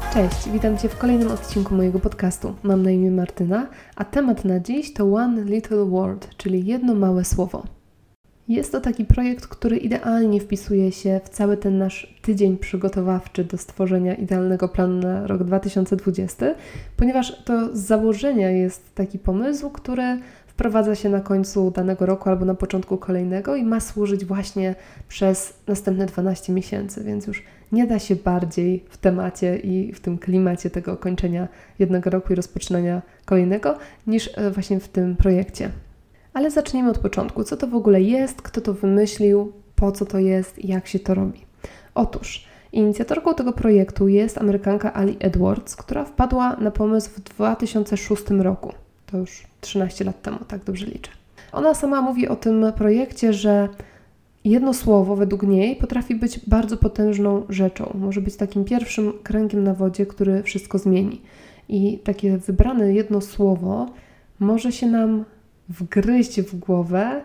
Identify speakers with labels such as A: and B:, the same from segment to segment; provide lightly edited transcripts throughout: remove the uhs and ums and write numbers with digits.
A: Cześć, witam Cię w kolejnym odcinku mojego podcastu. Mam na imię Martyna, a temat na dziś to One Little Word, czyli jedno małe słowo. Jest to taki projekt, który idealnie wpisuje się w cały ten nasz tydzień przygotowawczy do stworzenia idealnego planu na rok 2020, ponieważ to z założenia jest taki pomysł, który wprowadza się na końcu danego roku albo na początku kolejnego i ma służyć właśnie przez następne 12 miesięcy, więc już nie da się bardziej w temacie i w tym klimacie tego kończenia jednego roku i rozpoczynania kolejnego niż właśnie w tym projekcie. Ale zacznijmy od początku. Co to w ogóle jest, kto to wymyślił, po co to jest i jak się to robi? Otóż inicjatorką tego projektu jest Amerykanka Ali Edwards, która wpadła na pomysł w 2006 roku. To już 13 lat temu, tak dobrze liczę. Ona sama mówi o tym projekcie, że jedno słowo według niej potrafi być bardzo potężną rzeczą. Może być takim pierwszym kręgiem na wodzie, który wszystko zmieni. I takie wybrane jedno słowo może się nam wgryźć w głowę,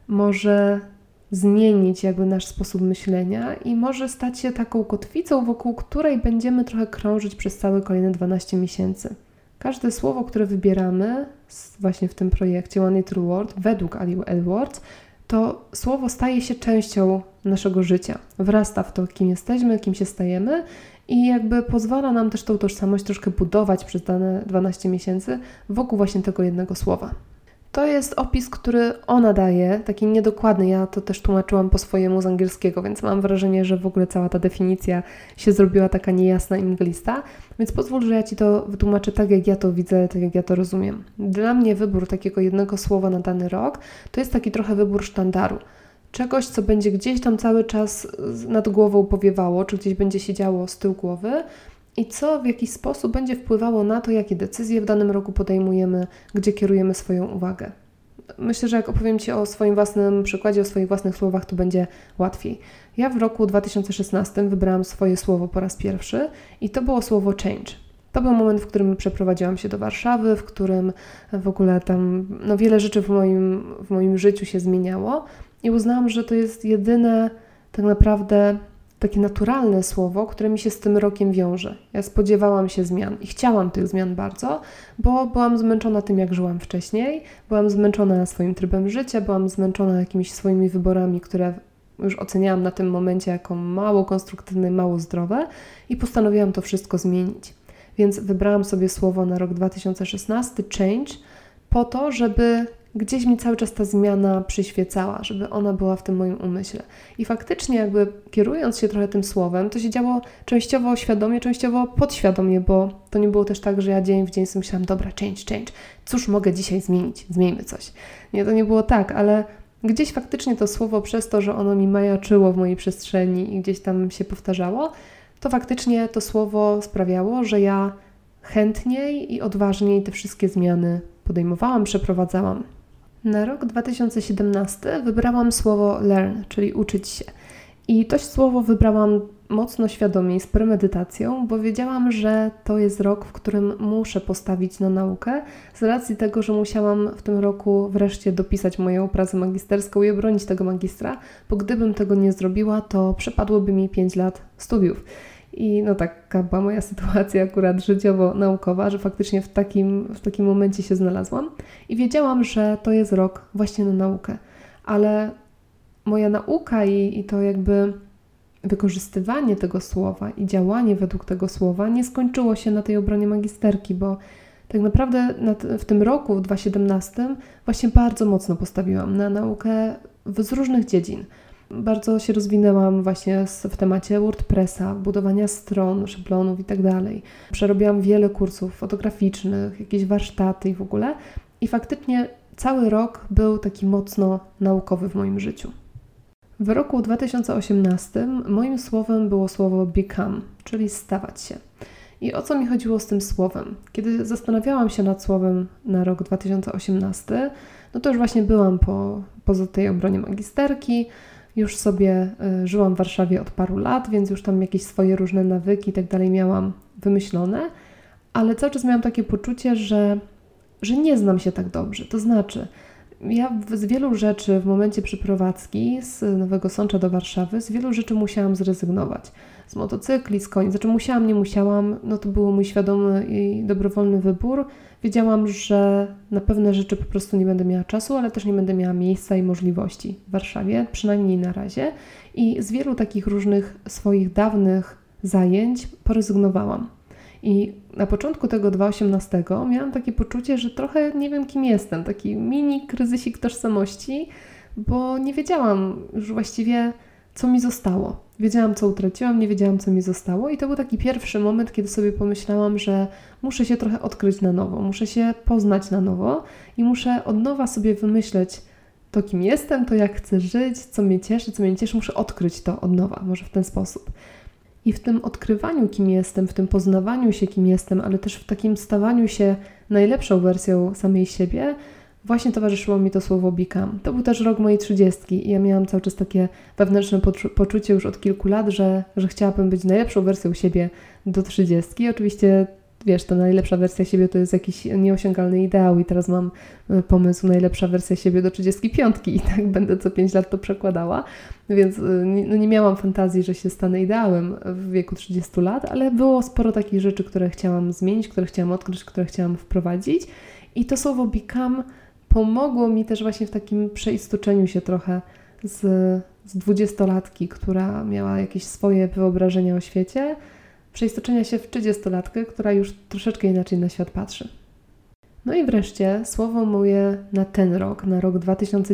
A: może zmienić jakby nasz sposób myślenia i może stać się taką kotwicą, wokół której będziemy trochę krążyć przez całe kolejne 12 miesięcy. Każde słowo, które wybieramy właśnie w tym projekcie One Little Word, według Ali Edwards, to słowo staje się częścią naszego życia. Wrasta w to, kim jesteśmy, kim się stajemy i jakby pozwala nam też tą tożsamość troszkę budować przez dane 12 miesięcy wokół właśnie tego jednego słowa. To jest opis, który ona daje, taki niedokładny. Ja to też tłumaczyłam po swojemu z angielskiego, więc mam wrażenie, że w ogóle cała ta definicja się zrobiła taka niejasna i mglista. Więc pozwól, że ja Ci to wytłumaczę tak, jak ja to widzę, tak jak ja to rozumiem. Dla mnie wybór takiego jednego słowa na dany rok to jest taki trochę wybór sztandaru. Czegoś, co będzie gdzieś tam cały czas nad głową powiewało, czy gdzieś będzie się działo z tyłu głowy, i co w jakiś sposób będzie wpływało na to, jakie decyzje w danym roku podejmujemy, gdzie kierujemy swoją uwagę. Myślę, że jak opowiem Ci o swoim własnym przykładzie, o swoich własnych słowach, to będzie łatwiej. Ja w roku 2016 wybrałam swoje słowo po raz pierwszy i to było słowo change. To był moment, w którym przeprowadziłam się do Warszawy, w którym w ogóle tam wiele rzeczy w moim życiu się zmieniało i uznałam, że to jest jedyne tak naprawdę takie naturalne słowo, które mi się z tym rokiem wiąże. Ja spodziewałam się zmian i chciałam tych zmian bardzo, bo byłam zmęczona tym, jak żyłam wcześniej, byłam zmęczona swoim trybem życia, byłam zmęczona jakimiś swoimi wyborami, które już oceniałam na tym momencie jako mało konstruktywne, mało zdrowe i postanowiłam to wszystko zmienić. Więc wybrałam sobie słowo na rok 2016, change, po to, żeby gdzieś mi cały czas ta zmiana przyświecała, żeby ona była w tym moim umyśle. I faktycznie jakby kierując się trochę tym słowem, to się działo częściowo świadomie, częściowo podświadomie, bo to nie było też tak, że ja dzień w dzień sobie myślałam, dobra, change, cóż mogę dzisiaj zmienić, zmieńmy coś. Nie, to nie było tak, ale gdzieś faktycznie to słowo przez to, że ono mi majaczyło w mojej przestrzeni i gdzieś tam się powtarzało, to faktycznie to słowo sprawiało, że ja chętniej i odważniej te wszystkie zmiany podejmowałam, przeprowadzałam. Na rok 2017 wybrałam słowo learn, czyli uczyć się. I to słowo wybrałam mocno świadomie, z premedytacją, bo wiedziałam, że to jest rok, w którym muszę postawić na naukę, z racji tego, że musiałam w tym roku wreszcie dopisać moją pracę magisterską i obronić tego magistra, bo gdybym tego nie zrobiła, to przepadłoby mi 5 lat studiów. I taka była moja sytuacja akurat życiowo-naukowa, że faktycznie w takim momencie się znalazłam i wiedziałam, że to jest rok właśnie na naukę. Ale moja nauka i to jakby wykorzystywanie tego słowa i działanie według tego słowa nie skończyło się na tej obronie magisterki, bo tak naprawdę w tym roku, w 2017, właśnie bardzo mocno postawiłam na naukę z różnych dziedzin. Bardzo się rozwinęłam właśnie w temacie WordPressa, budowania stron, szablonów i tak dalej. Przerobiłam wiele kursów fotograficznych, jakieś warsztaty i w ogóle. I faktycznie cały rok był taki mocno naukowy w moim życiu. W roku 2018 moim słowem było słowo become, czyli stawać się. I o co mi chodziło z tym słowem? Kiedy zastanawiałam się nad słowem na rok 2018, to już właśnie byłam poza tej obronie magisterki, już sobie żyłam w Warszawie od paru lat, więc już tam jakieś swoje różne nawyki i tak dalej miałam wymyślone, ale cały czas miałam takie poczucie, że nie znam się tak dobrze. To znaczy, ja z wielu rzeczy w momencie przeprowadzki z Nowego Sącza do Warszawy, z wielu rzeczy musiałam zrezygnować. Z motocykli, z koni. Znaczy musiałam, nie musiałam, no to był mój świadomy i dobrowolny wybór. Wiedziałam, że na pewne rzeczy po prostu nie będę miała czasu, ale też nie będę miała miejsca i możliwości w Warszawie, przynajmniej na razie. I z wielu takich różnych swoich dawnych zajęć porezygnowałam. I na początku tego 2018 miałam takie poczucie, że trochę nie wiem, kim jestem. Taki mini kryzysik tożsamości, bo nie wiedziałam już właściwie, co mi zostało. Wiedziałam, co utraciłam, nie wiedziałam, co mi zostało i to był taki pierwszy moment, kiedy sobie pomyślałam, że muszę się trochę odkryć na nowo, muszę się poznać na nowo i muszę od nowa sobie wymyśleć to, kim jestem, to jak chcę żyć, co mnie nie cieszy, muszę odkryć to od nowa, może w ten sposób. I w tym odkrywaniu, kim jestem, w tym poznawaniu się, kim jestem, ale też w takim stawaniu się najlepszą wersją samej siebie, właśnie towarzyszyło mi to słowo become. To był też rok mojej 30 i ja miałam cały czas takie wewnętrzne poczucie już od kilku lat, że chciałabym być najlepszą wersją siebie do 30. Oczywiście, wiesz, ta najlepsza wersja siebie to jest jakiś nieosiągalny ideał i teraz mam pomysł najlepsza wersja siebie do 35 i tak będę co 5 lat to przekładała, więc nie miałam fantazji, że się stanę ideałem w wieku 30 lat, ale było sporo takich rzeczy, które chciałam zmienić, które chciałam odkryć, które chciałam wprowadzić i to słowo become pomogło mi też właśnie w takim przeistoczeniu się trochę z 20-latki, która miała jakieś swoje wyobrażenia o świecie, przeistoczenia się w 30-latkę, która już troszeczkę inaczej na świat patrzy. No i wreszcie słowo moje na ten rok, na rok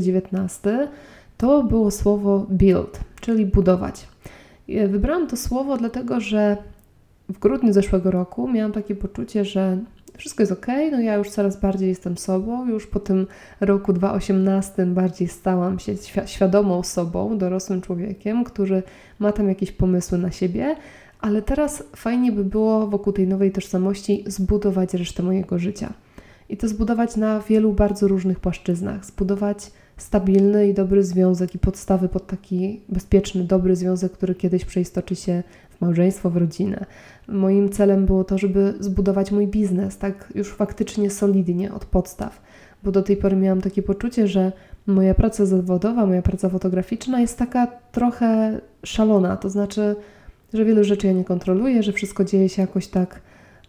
A: 2019, to było słowo build, czyli budować. Wybrałam to słowo dlatego, że w grudniu zeszłego roku miałam takie poczucie, że wszystko jest okej, no ja już coraz bardziej jestem sobą, już po tym roku 2018 bardziej stałam się świadomą sobą, dorosłym człowiekiem, który ma tam jakieś pomysły na siebie, ale teraz fajnie by było wokół tej nowej tożsamości zbudować resztę mojego życia. I to zbudować na wielu bardzo różnych płaszczyznach. Zbudować stabilny i dobry związek i podstawy pod taki bezpieczny, dobry związek, który kiedyś przeistoczy się w małżeństwo, w rodzinę. Moim celem było to, żeby zbudować mój biznes, tak już faktycznie solidnie, od podstaw. Bo do tej pory miałam takie poczucie, że moja praca zawodowa, moja praca fotograficzna jest taka trochę szalona. To znaczy, że wielu rzeczy ja nie kontroluję, że wszystko dzieje się jakoś tak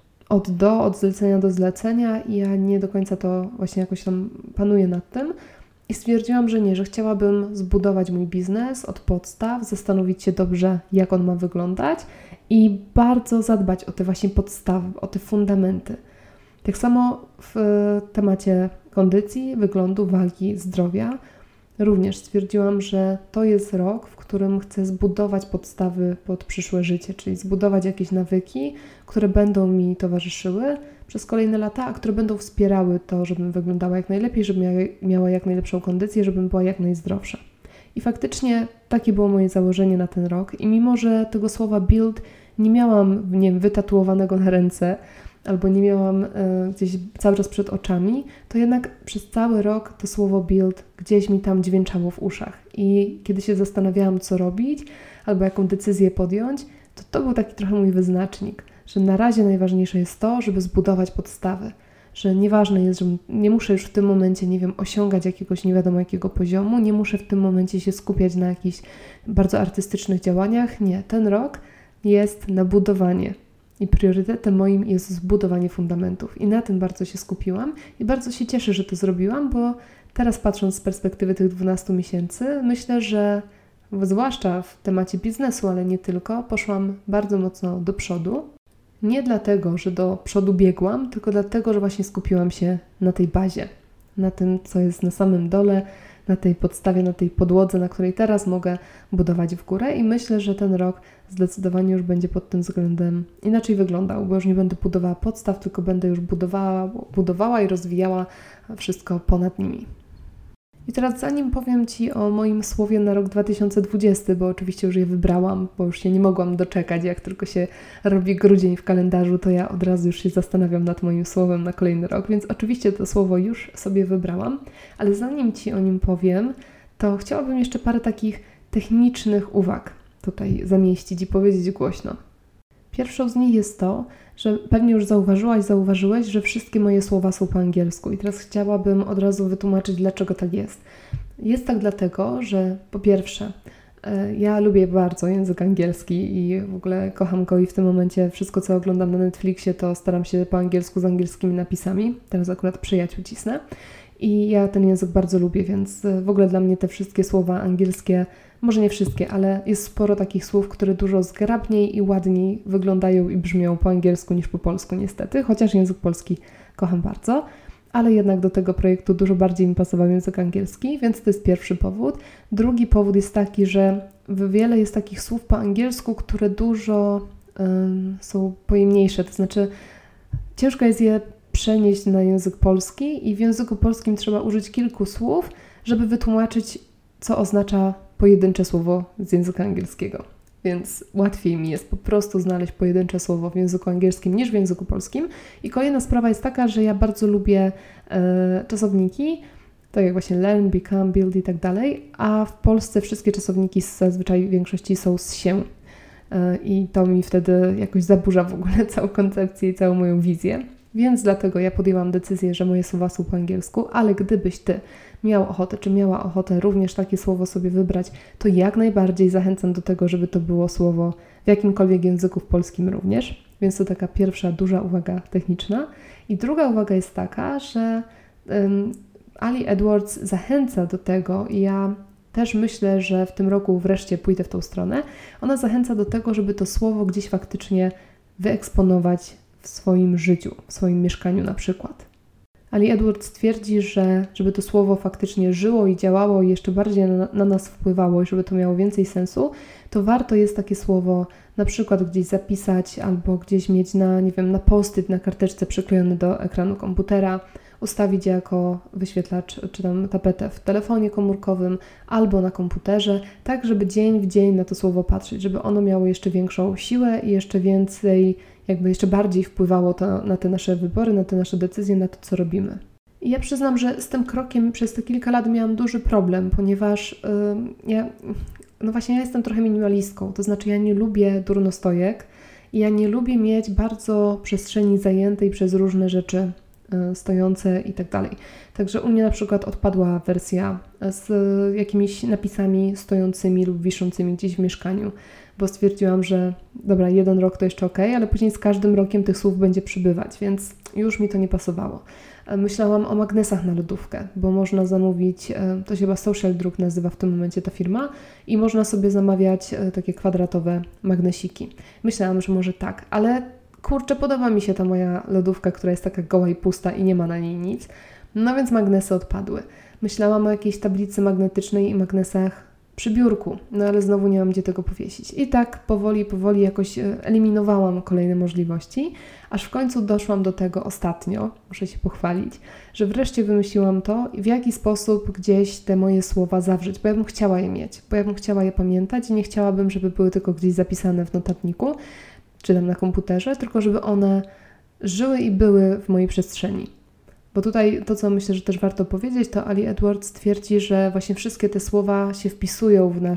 A: od zlecenia do zlecenia i ja nie do końca to właśnie jakoś tam panuję nad tym. I stwierdziłam, że nie, że chciałabym zbudować mój biznes od podstaw, zastanowić się dobrze, jak on ma wyglądać i bardzo zadbać o te właśnie podstawy, o te fundamenty. Tak samo w temacie kondycji, wyglądu, wagi, zdrowia również stwierdziłam, że to jest rok, w którym chcę zbudować podstawy pod przyszłe życie, czyli zbudować jakieś nawyki, które będą mi towarzyszyły przez kolejne lata, a które będą wspierały to, żebym wyglądała jak najlepiej, żebym miała jak najlepszą kondycję, żebym była jak najzdrowsza. I faktycznie takie było moje założenie na ten rok i mimo, że tego słowa build nie miałam, nie wiem, wytatuowanego na ręce, albo nie miałam gdzieś cały czas przed oczami, to jednak przez cały rok to słowo build gdzieś mi tam dźwięczało w uszach. I kiedy się zastanawiałam, co robić, albo jaką decyzję podjąć, to był taki trochę mój wyznacznik, że na razie najważniejsze jest to, żeby zbudować podstawy, że nieważne jest, że nie muszę już w tym momencie, nie wiem, osiągać jakiegoś nie wiadomo jakiego poziomu, nie muszę w tym momencie się skupiać na jakichś bardzo artystycznych działaniach. Nie, ten rok jest na budowanie. I priorytetem moim jest zbudowanie fundamentów. I na tym bardzo się skupiłam i bardzo się cieszę, że to zrobiłam, bo teraz patrząc z perspektywy tych 12 miesięcy, myślę, że zwłaszcza w temacie biznesu, ale nie tylko, poszłam bardzo mocno do przodu. Nie dlatego, że do przodu biegłam, tylko dlatego, że właśnie skupiłam się na tej bazie, na tym, co jest na samym dole, na tej podstawie, na tej podłodze, na której teraz mogę budować w górę i myślę, że ten rok zdecydowanie już będzie pod tym względem inaczej wyglądał, bo już nie będę budowała podstaw, tylko będę już budowała i rozwijała wszystko ponad nimi. I teraz zanim powiem Ci o moim słowie na rok 2020, bo oczywiście już je wybrałam, bo już się nie mogłam doczekać, jak tylko się robi grudzień w kalendarzu, to ja od razu już się zastanawiam nad moim słowem na kolejny rok, więc oczywiście to słowo już sobie wybrałam, ale zanim Ci o nim powiem, to chciałabym jeszcze parę takich technicznych uwag tutaj zamieścić i powiedzieć głośno. Pierwszą z nich jest to, że pewnie już zauważyłeś, że wszystkie moje słowa są po angielsku i teraz chciałabym od razu wytłumaczyć, dlaczego tak jest. Jest tak dlatego, że po pierwsze, ja lubię bardzo język angielski i w ogóle kocham go i w tym momencie wszystko, co oglądam na Netflixie, to staram się po angielsku z angielskimi napisami. Teraz akurat przyjaciół cisnę. I ja ten język bardzo lubię, więc w ogóle dla mnie te wszystkie słowa angielskie, może nie wszystkie, ale jest sporo takich słów, które dużo zgrabniej i ładniej wyglądają i brzmią po angielsku niż po polsku niestety, chociaż język polski kocham bardzo, ale jednak do tego projektu dużo bardziej mi pasował język angielski, więc to jest pierwszy powód. Drugi powód jest taki, że wiele jest takich słów po angielsku, które dużo są pojemniejsze, to znaczy ciężko jest je przenieść na język polski i w języku polskim trzeba użyć kilku słów, żeby wytłumaczyć, co oznacza pojedyncze słowo z języka angielskiego. Więc łatwiej mi jest po prostu znaleźć pojedyncze słowo w języku angielskim niż w języku polskim. I kolejna sprawa jest taka, że ja bardzo lubię czasowniki, tak jak właśnie learn, become, build i tak dalej, a w Polsce wszystkie czasowniki zazwyczaj w większości są z się. I to mi wtedy jakoś zaburza w ogóle całą koncepcję i całą moją wizję. Więc dlatego ja podjęłam decyzję, że moje słowa są po angielsku, ale gdybyś Ty miał ochotę, czy miała ochotę również takie słowo sobie wybrać, to jak najbardziej zachęcam do tego, żeby to było słowo w jakimkolwiek języku, w polskim również. Więc to taka pierwsza duża uwaga techniczna. I druga uwaga jest taka, że Ali Edwards zachęca do tego i ja też myślę, że w tym roku wreszcie pójdę w tą stronę. Ona zachęca do tego, żeby to słowo gdzieś faktycznie wyeksponować w swoim życiu, w swoim mieszkaniu na przykład. Ali Edwards twierdzi, że żeby to słowo faktycznie żyło i działało i jeszcze bardziej na nas wpływało i żeby to miało więcej sensu, to warto jest takie słowo na przykład gdzieś zapisać albo gdzieś mieć na post-it, na karteczce przyklejony do ekranu komputera, ustawić jako wyświetlacz czy tam tapetę w telefonie komórkowym albo na komputerze, tak żeby dzień w dzień na to słowo patrzeć, żeby ono miało jeszcze większą siłę i jeszcze więcej, jakby jeszcze bardziej wpływało to na te nasze wybory, na te nasze decyzje, na to, co robimy. I ja przyznam, że z tym krokiem przez te kilka lat miałam duży problem, ponieważ ja jestem trochę minimalistką, to znaczy ja nie lubię durnostojek i ja nie lubię mieć bardzo przestrzeni zajętej przez różne rzeczy stojące i tak dalej. Także u mnie na przykład odpadła wersja z jakimiś napisami stojącymi lub wiszącymi gdzieś w mieszkaniu, bo stwierdziłam, że dobra, 1 rok to jeszcze okej, ale później z każdym rokiem tych słów będzie przybywać, więc już mi to nie pasowało. Myślałam o magnesach na lodówkę, bo można zamówić, to się chyba Social Druk nazywa w tym momencie ta firma i można sobie zamawiać takie kwadratowe magnesiki. Myślałam, że może tak, ale kurczę, podoba mi się ta moja lodówka, która jest taka goła i pusta i nie ma na niej nic. No więc magnesy odpadły. Myślałam o jakiejś tablicy magnetycznej i magnesach przy biurku, no ale znowu nie mam gdzie tego powiesić. I tak powoli jakoś eliminowałam kolejne możliwości, aż w końcu doszłam do tego ostatnio, muszę się pochwalić, że wreszcie wymyśliłam to, w jaki sposób gdzieś te moje słowa zawrzeć, bo ja bym chciała je mieć, bo ja bym chciała je pamiętać i nie chciałabym, żeby były tylko gdzieś zapisane w notatniku, czy tam na komputerze, tylko żeby one żyły i były w mojej przestrzeni. Bo tutaj to, co myślę, że też warto powiedzieć, to Ali Edwards twierdzi, że właśnie wszystkie te słowa się wpisują w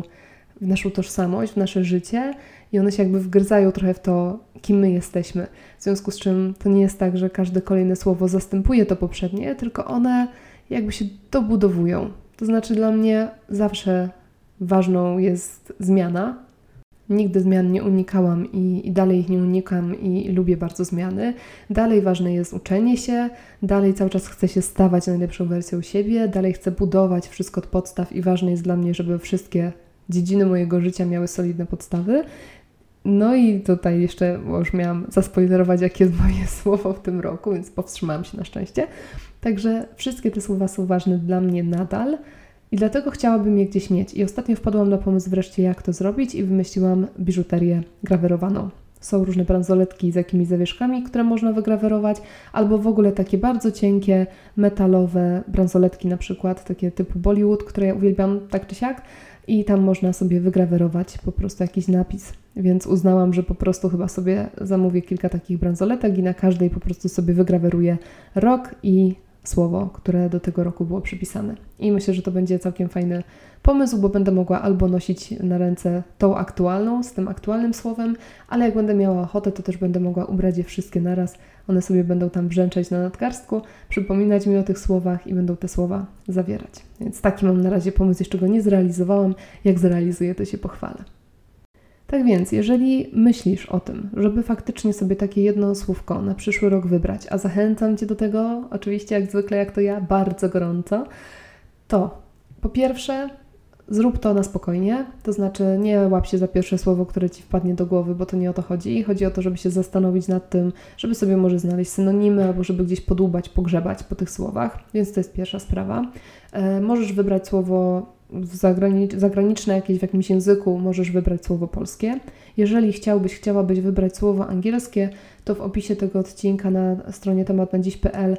A: naszą tożsamość, w nasze życie i one się jakby wgryzają trochę w to, kim my jesteśmy. W związku z czym to nie jest tak, że każde kolejne słowo zastępuje to poprzednie, tylko one jakby się dobudowują. To znaczy dla mnie zawsze ważną jest zmiana. Nigdy zmian nie unikałam i dalej ich nie unikam i lubię bardzo zmiany. Dalej ważne jest uczenie się, dalej cały czas chcę się stawać najlepszą wersją siebie, dalej chcę budować wszystko od podstaw i ważne jest dla mnie, żeby wszystkie dziedziny mojego życia miały solidne podstawy. No i tutaj jeszcze, bo już miałam zaspoilerować, jakie jest moje słowo w tym roku, więc powstrzymałam się na szczęście. Także wszystkie te słowa są ważne dla mnie nadal. I dlatego chciałabym je gdzieś mieć. I ostatnio wpadłam na pomysł wreszcie, jak to zrobić i wymyśliłam biżuterię grawerowaną. Są różne bransoletki z jakimiś zawieszkami, które można wygrawerować, albo w ogóle takie bardzo cienkie, metalowe bransoletki, na przykład takie typu Bollywood, które ja uwielbiam tak czy siak i tam można sobie wygrawerować po prostu jakiś napis. Więc uznałam, że po prostu chyba sobie zamówię kilka takich bransoletek i na każdej po prostu sobie wygraweruję rok i słowo, które do tego roku było przypisane. I myślę, że to będzie całkiem fajny pomysł, bo będę mogła albo nosić na ręce tą aktualną, z tym aktualnym słowem, ale jak będę miała ochotę, to też będę mogła ubrać je wszystkie naraz. One sobie będą tam brzęczeć na nadgarstku, przypominać mi o tych słowach i będą te słowa zawierać. Więc taki mam na razie pomysł, jeszcze go nie zrealizowałam. Jak zrealizuję, to się pochwalę. Tak więc, jeżeli myślisz o tym, żeby faktycznie sobie takie jedno słówko na przyszły rok wybrać, a zachęcam Cię do tego, oczywiście jak zwykle, jak to ja, bardzo gorąco, to po pierwsze zrób to na spokojnie, to znaczy nie łap się za pierwsze słowo, które Ci wpadnie do głowy, bo to nie o to chodzi. Chodzi o to, żeby się zastanowić nad tym, żeby sobie może znaleźć synonimy albo żeby gdzieś podłubać, pogrzebać po tych słowach, więc to jest pierwsza sprawa. Możesz wybrać słowo zagraniczne jakieś w jakimś języku, możesz wybrać słowo polskie. Jeżeli chciałabyś wybrać słowo angielskie, to w opisie tego odcinka na stronie tematnadziś.pl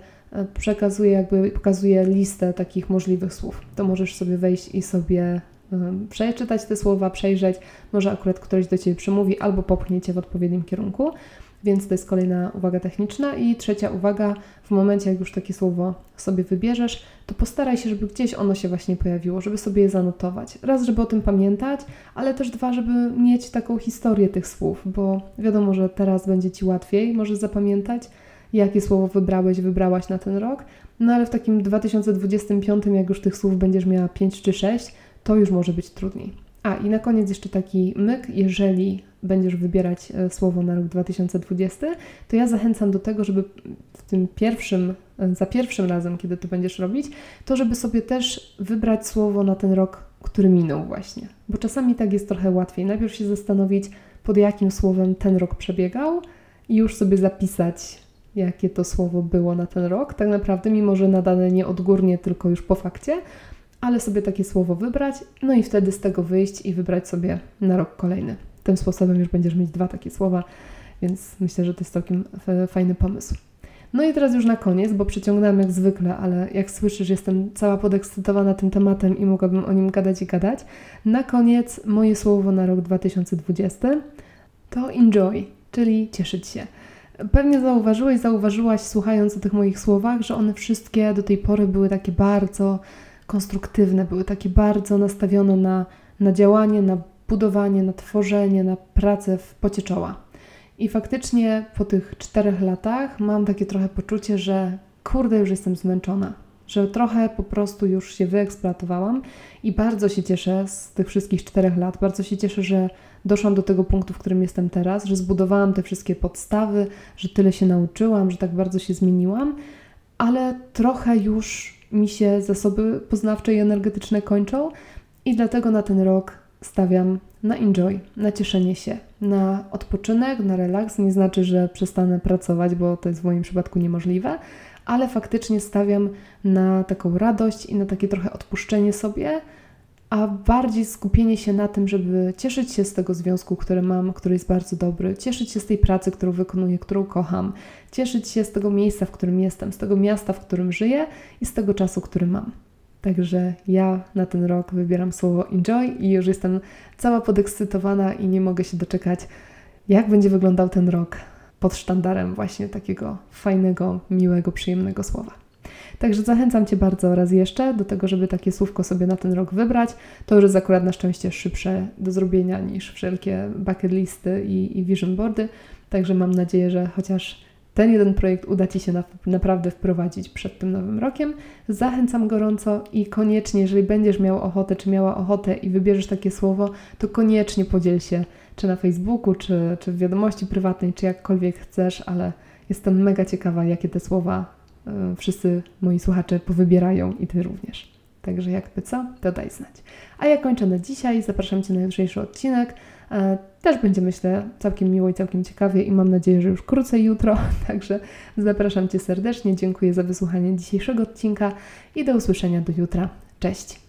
A: pokazuje listę takich możliwych słów. To możesz sobie wejść i sobie przeczytać te słowa, przejrzeć. Może akurat ktoś do Ciebie przemówi albo popchnie Cię w odpowiednim kierunku. Więc to jest kolejna uwaga techniczna. I trzecia uwaga, w momencie jak już takie słowo sobie wybierzesz, to postaraj się, żeby gdzieś ono się właśnie pojawiło, żeby sobie je zanotować. Raz, żeby o tym pamiętać, ale też dwa, żeby mieć taką historię tych słów, bo wiadomo, że teraz będzie Ci łatwiej, możesz zapamiętać, jakie słowo wybrałaś na ten rok, no ale w takim 2025, jak już tych słów będziesz miała 5 czy 6, to już może być trudniej. I na koniec jeszcze taki myk, jeżeli będziesz wybierać słowo na rok 2020, to ja zachęcam do tego, żeby w tym za pierwszym razem, kiedy to będziesz robić, to żeby sobie też wybrać słowo na ten rok, który minął właśnie. Bo czasami tak jest trochę łatwiej. Najpierw się zastanowić, pod jakim słowem ten rok przebiegał i już sobie zapisać, jakie to słowo było na ten rok. Tak naprawdę, mimo że nadane nie odgórnie, tylko już po fakcie, ale sobie takie słowo wybrać, no i wtedy z tego wyjść i wybrać sobie na rok kolejny. Tym sposobem już będziesz mieć 2 takie słowa, więc myślę, że to jest całkiem fajny pomysł. No i teraz już na koniec, bo przeciągnęłam jak zwykle, ale jak słyszysz, jestem cała podekscytowana tym tematem i mogłabym o nim gadać i gadać. Na koniec moje słowo na rok 2020 to enjoy, czyli cieszyć się. Pewnie zauważyłaś słuchając o tych moich słowach, że one wszystkie do tej pory były takie bardzo konstruktywne, były takie bardzo nastawione na działanie, na budowanie, na tworzenie, na pracę w pocie czoła. I faktycznie po tych 4 latach mam takie trochę poczucie, że kurde, już jestem zmęczona, że trochę po prostu już się wyeksploatowałam i bardzo się cieszę z tych wszystkich 4 lat, bardzo się cieszę, że doszłam do tego punktu, w którym jestem teraz, że zbudowałam te wszystkie podstawy, że tyle się nauczyłam, że tak bardzo się zmieniłam, ale trochę już mi się zasoby poznawcze i energetyczne kończą i dlatego na ten rok stawiam na enjoy, na cieszenie się, na odpoczynek, na relaks. Nie znaczy, że przestanę pracować, bo to jest w moim przypadku niemożliwe, ale faktycznie stawiam na taką radość i na takie trochę odpuszczenie sobie, a bardziej skupienie się na tym, żeby cieszyć się z tego związku, który mam, który jest bardzo dobry, cieszyć się z tej pracy, którą wykonuję, którą kocham, cieszyć się z tego miejsca, w którym jestem, z tego miasta, w którym żyję i z tego czasu, który mam. Także ja na ten rok wybieram słowo enjoy i już jestem cała podekscytowana i nie mogę się doczekać, jak będzie wyglądał ten rok pod sztandarem właśnie takiego fajnego, miłego, przyjemnego słowa. Także zachęcam Cię bardzo raz jeszcze do tego, żeby takie słówko sobie na ten rok wybrać. To już jest akurat na szczęście szybsze do zrobienia niż wszelkie bucket listy i vision boardy. Także mam nadzieję, że chociaż ten jeden projekt uda Ci się naprawdę wprowadzić przed tym nowym rokiem. Zachęcam gorąco i koniecznie, jeżeli będziesz miał ochotę, czy miała ochotę i wybierzesz takie słowo, to koniecznie podziel się czy na Facebooku, czy w wiadomości prywatnej, czy jakkolwiek chcesz, ale jestem mega ciekawa, jakie te słowa wszyscy moi słuchacze powybierają i Ty również. Także jakby co, to daj znać. A ja kończę na dzisiaj, zapraszam Cię na jutrzejszy odcinek. Też będzie, myślę, całkiem miło i całkiem ciekawie i mam nadzieję, że już krócej jutro. Także zapraszam Cię serdecznie, dziękuję za wysłuchanie dzisiejszego odcinka i do usłyszenia do jutra. Cześć!